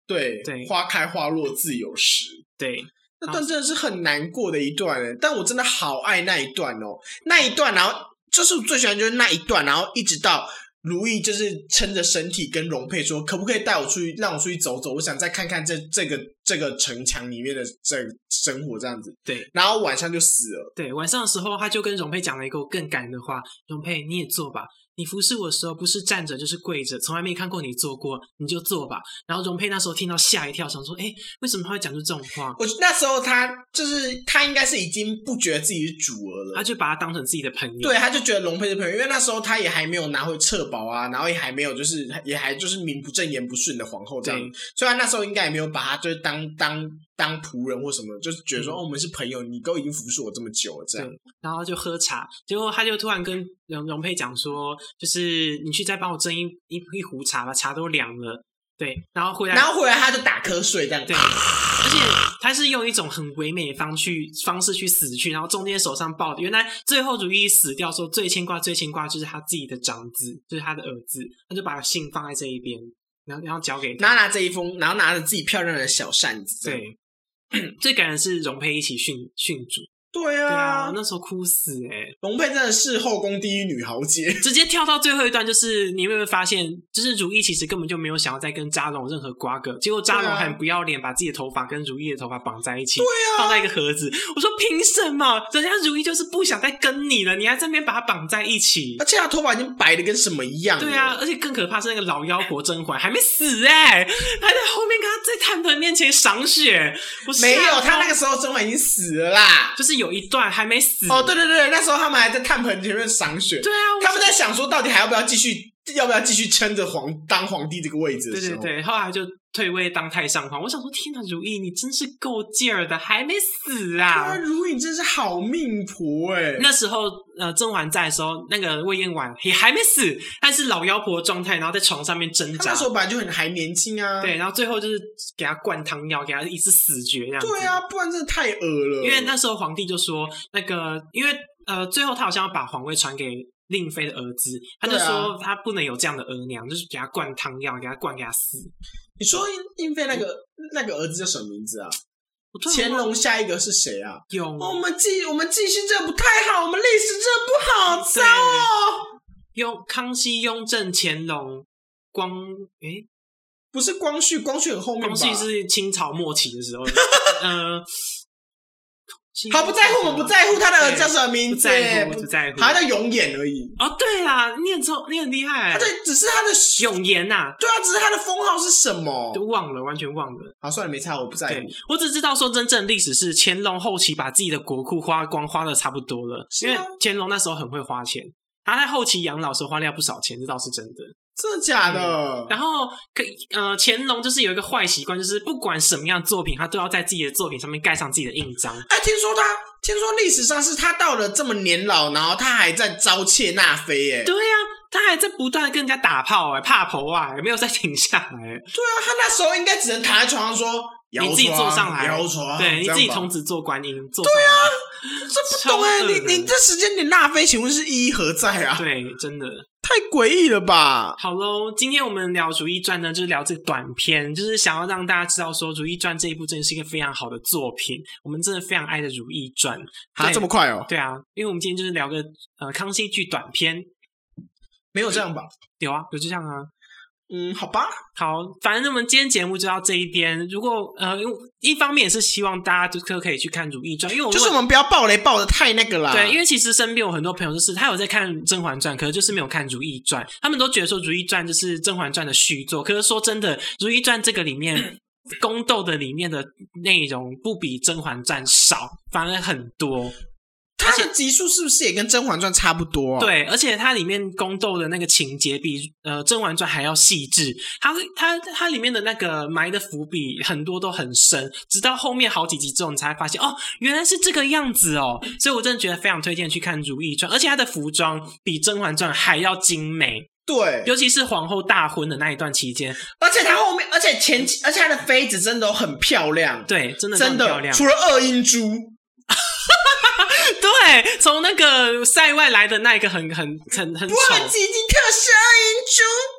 对对， 花开花落自有时。 对， 那段真的是很难过的一段欸，但我真的好爱那一段哦，那一段，然后就是我最喜欢就是那一段，然后一直到如意就是撑着身体跟容佩说，可不可以带我出去，让我出去走走，我想再看看这这个这个城墙里面的这生活这样子。 对， 然后晚上就死了。 对，晚上的时候他就跟容佩讲了一个更感人的话，容佩你也坐吧。你服侍我的时候不是站着就是跪着，从来没看过你坐过，你就坐吧。然后容佩那时候听到吓一跳，想说，哎，为什么他会讲出这种话？ 我那时候他就是他应该是已经不觉得自己是主儿了， 他就把他当成自己的朋友。 对，他就觉得容佩是朋友，因为那时候他也还没有拿回册宝啊，然后也还没有就是也还就是名不正言不顺的皇后这样，所以他那时候应该也没有把他就是当当当仆人或什么，就是觉得说、嗯、哦我们是朋友，你都已经服侍我这么久了这样。 然后就喝茶，结果他就突然跟容容佩讲说，就是你去再帮我斟一一一壶茶吧，茶都凉了。对，然后回来， 然后回来他就打瞌睡这样。 对，而且他是用一种很唯美的方去方式去死去，然后中间手上抱的，原来最后如意死掉的时候，最牵挂最牵挂就是他自己的长子，就是他的儿子，他就把信放在这一边，然后然后交给他， 然后拿这一封，然后拿着自己漂亮的小扇子。 对，最感人是容佩一起训训主。 对啊， 对啊，那时候哭死哎、欸！ 容佩真的是后宫第一女豪杰， 直接跳到最后一段，就是你有没有发现，就是如意其实根本就没有想要再跟扎龙任何瓜葛，结果扎龙很不要脸，把自己的头发跟如意的头发绑在一起， 对啊， 放在一个盒子。我说凭什么？人家如意就是不想再跟你了，你还在那边把它绑在一起， 而且他头发已经白的跟什么一样了。 对啊，而且更可怕是那个老妖婆甄嬛还没死哎、欸，还在后面跟他在探盆面前赏雪。我没有，他那个时候甄嬛已经死了啦， 就是有一段还没死。 哦，对对对，那时候他们还在炭盆前面赏雪。 对啊， 他们在想说到底还要不要继续，要不要继续撑着皇当皇帝这个位置的时候。 对对对，后来就退位当太上皇。我想说，天哪，如意你真是够劲儿的，还没死啊！ 啊，如意你真是好命婆哎。 那时候呃，甄嬛在的时候，那个魏嫣婉也还没死，但是老妖婆的状态，然后在床上面挣扎。 他那时候本来就很还年轻啊。 对，然后最后就是给他灌汤药，给他一次死绝这样子。 对啊，不然真的太恶了。 因为那时候皇帝就说，那个因为呃，最后他好像要把皇位传给令妃的儿子，他就说他不能有这样的儿娘，就是给他灌汤药，给他灌给他死。 你说令妃那个那个儿子叫什么名字啊？乾隆下一个是谁啊？ 永、 哦，我们记我们记性真的不太好，我们历史真的不好，糟哦。 雍康熙、雍正、乾隆、光诶， 不是光绪，光绪很后面吧？ 光绪是清朝末期的时候，呃。 好，不在乎，我们不在乎他的儿子叫什么名字， 不在乎，不在乎， 他叫永琰而已。 哦，对啦，你很聪，你很厉害。 他这只是他的永琰呐， 对啊，只是他的封号是什么？ 都忘了，完全忘了。 好，算了，没差，我不在乎。 我只知道说，真正历史是乾隆后期把自己的国库花光，花的差不多了。因为乾隆那时候很会花钱，他在后期养老时候花了不少钱，这倒是真的。 真的假的？ 嗯、然后，呃，乾隆就是有一个坏习惯，就是不管什么样的作品，他都要在自己的作品上面盖上自己的印章。 哎，听说他，听说历史上是他到了这么年老，然后他还在招妾纳妃，哎， 对呀、啊，他还在不断的跟人家打炮，哎，怕婆啊，没有再停下来。对啊，他那时候应该只能躺在床上说。 你自己坐上来， 摇床， 对，你自己童子做观音，坐上来。对啊，这不懂哎、欸，你你这时间点纳妃，请问是意义何在啊？ 对，真的太诡异了吧！ 好喽，今天我们聊《如懿传》呢，就是聊这个短片，就是想要让大家知道说，《如懿传》这一部真的是一个非常好的作品，我们真的非常爱的《如懿传》。 啊，这么快哦？ 对啊，因为我们今天就是聊个呃康熙剧短片， 没有这样吧？ 有啊，有这样啊。 嗯，好吧， 好，反正我们今天节目就到这一边。如果呃，一方面也是希望大家就可可以去看《如懿传》，因为我们就是我们不要爆雷爆的太那个啦。 对，因为其实身边有很多朋友就是他有在看《甄嬛传》，可是就是没有看《如懿传》，他们都觉得说《如懿传》就是《甄嬛传》的续作。可是说真的，《如懿传》这个里面宫斗的里面的内容不比《甄嬛传》少，反而很多。 它的集数是不是也跟《甄嬛传》差不多啊？ 对，而且它里面宫斗的那个情节比呃《甄嬛传》还要细致，它它它里面的那个埋的伏笔很多都很深，直到后面好几集之后你才发现哦，原来是这个样子哦，所以我真的觉得非常推荐去看《如懿传》，而且它的服装比《甄嬛传》还要精美。 对， 尤其是皇后大婚的那一段期间， 而且它后面，而且前期，而且它的妃子真的都很漂亮， 对，真的真的很漂亮， 除了二英珠。 对，从那个塞外来的那一个很很很很丑， 我吉吉特是二英珠。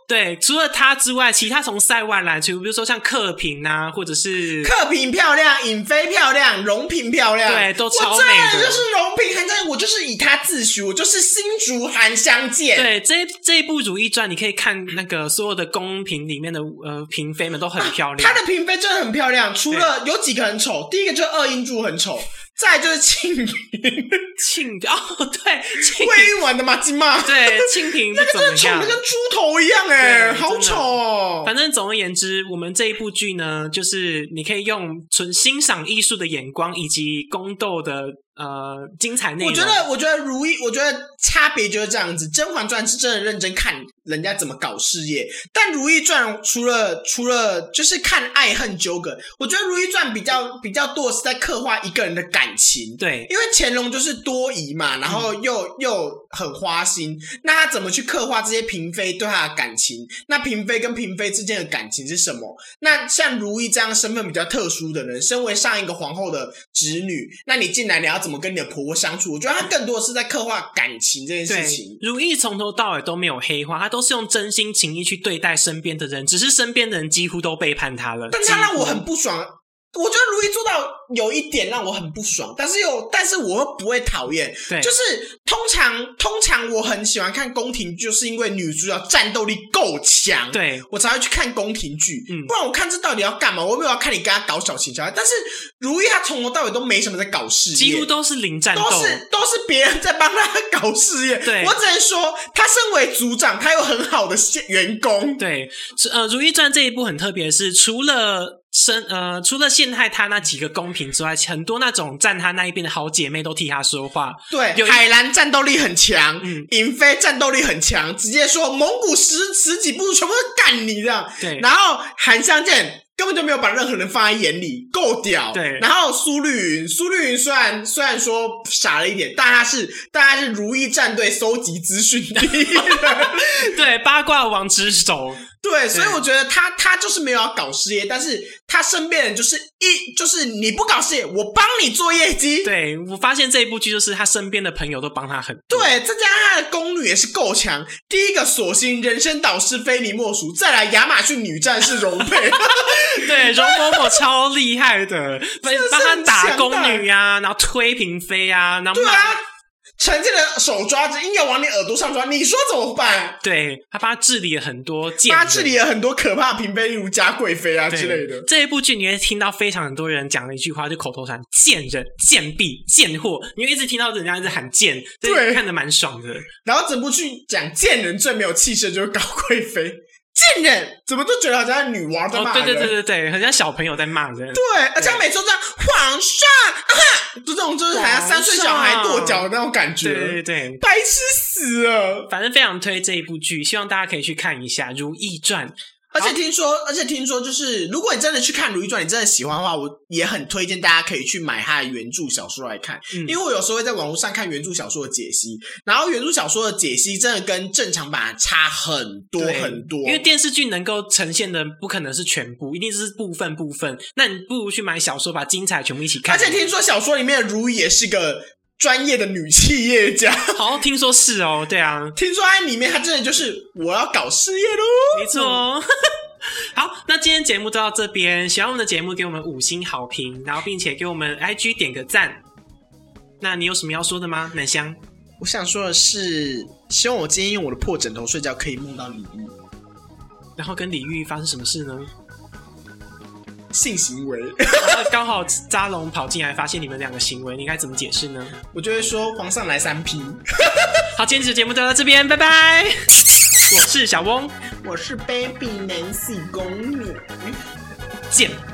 对，除了他之外，其他从赛外来，比如说像克平啊，或者是克平漂亮，尹妃漂亮，荣平漂亮， 对，都超美的。 我最爱的就是荣平，韩江，我就是以他自诩，我就是新竹韩相见。 对，这这一部《如懿传》，你可以看那个所有的宫嫔里面的呃嫔妃们都很漂亮， 她、啊、的嫔妃真的很漂亮，除了有几个很丑，第一个就是二英柱很丑。再来就是庆平， 庆哦对，庆魏运玩的嘛金嘛， 对庆平那个真的丑的跟猪头一样哎、欸，好丑哦。 反正总而言之，我们这一部剧呢，就是你可以用纯欣赏艺术的眼光以及宫斗的呃精彩内容。 我觉得，我觉得如懿，我觉得差别就是这样子。《甄嬛传》是真的认真看人家怎么搞事业，但《如懿传》除了除了就是看爱恨纠葛，我觉得《如懿传》比较比较多的是在刻画一个人的感情。 对， 因为乾隆就是多疑嘛，然后又、嗯、又很花心，那他怎么去刻画这些嫔妃对他的感情？那嫔妃跟嫔妃之间的感情是什么？那像如懿这样身份比较特殊的人，身为上一个皇后的侄女，那你进来你要怎么跟你的婆婆相处？我觉得他更多的是在刻画感情这件事情。 如懿从头到尾都没有黑化，他都是用真心情意去对待身边的人，只是身边的人几乎都背叛他了。 但他让我很不爽。我觉得如懿做到有一点让我很不爽，但是又但是我又不会讨厌。 对， 就是通常通常我很喜欢看宫廷剧，就是因为女主角战斗力够强， 对我才会去看宫廷剧。 嗯， 不然我看这到底要干嘛？我没有要看你跟她搞小情小爱，但是如懿她从头到尾都没什么在搞事业， 几乎都是零战斗， 都是都是别人在帮她搞事业。 对， 我只能说，她身为组长，她有很好的员工。 对，呃，《如懿传》这一部很特别的是，除了生呃，除了陷害他那几个宫嫔之外，很多那种站他那一边的好姐妹都替他说话。 对，海兰战斗力很强，嗯，尹妃战斗力很强，直接说蒙古十十几部全部都干你这样。 对， 然后韩相见根本就没有把任何人放在眼里，够屌。 对， 然后苏绿云，苏绿云虽然虽然说傻了一点，但他是但他是如懿战队搜集资讯第一人， 对，八卦王之首。 对，所以我觉得他他就是没有要搞事业，但是他身边人就是一就是你不搞事业，我帮你做业绩。 对，我发现这一部剧就是他身边的朋友都帮他很多。 对，再加上他的宫女也是够强。第一个索性人生导师非你莫属，再来亚马逊女战士容佩。 对，容嬷嬷超厉害的，帮他打宫女啊，然后推嫔妃啊，然后对啊。陈建的手抓着，硬要往你耳朵上抓，你说怎么办？ 对，他帮他治理了很多贱人， 他治理了很多可怕的嫔妃，例如嘉贵妃啊之类的。 这一部剧你会听到非常很多人讲了一句话，就口头禅：贱人、贱婢、贱货。你会一直听到人家一直喊贱，对，看得蛮爽的。 然后整部剧讲贱人最没有气势就是高贵妃。贱人怎么都觉得好像女王在骂人、 哦、对对对对对，很像小朋友在骂人。 对，而且他每次都这样，皇上啊，就这种就是好像三岁小孩跺脚的那种感觉。 对对对， 白痴死了。 反正非常推这一部剧，希望大家可以去看一下《如懿传》。 而且听说，而且听说，就是如果你真的去看《如懿传》，你真的喜欢的话，我也很推荐大家可以去买它的原著小说来看。嗯，因为我有时候会在网络上看原著小说的解析，然后原著小说的解析真的跟正常版差很多很多。 因为电视剧能够呈现的不可能是全部，一定是部分部分。那你不如去买小说，把精彩全部一起看。 而且听说小说里面的如懿也是个专业的女企业家， 好像听说是哦，对啊， 听说在里面她真的就是我要搞事业咯， 没错哦。好，那今天节目就到这边，喜欢我们的节目给我们五星好评，然后并且给我们 I G 点个赞。那你有什么要说的吗，南香？ 我想说的是，希望我今天用我的破枕头睡觉可以梦到李煜。 然后跟李煜发生什么事呢？ 性行为。 刚好扎龙跑进来发现你们两个行为，你该怎么解释呢？ 我就会说皇上来三批。 好，今天的节目就到这边，拜拜。我是小翁， 我是 Baby Nancy 宫女， 见。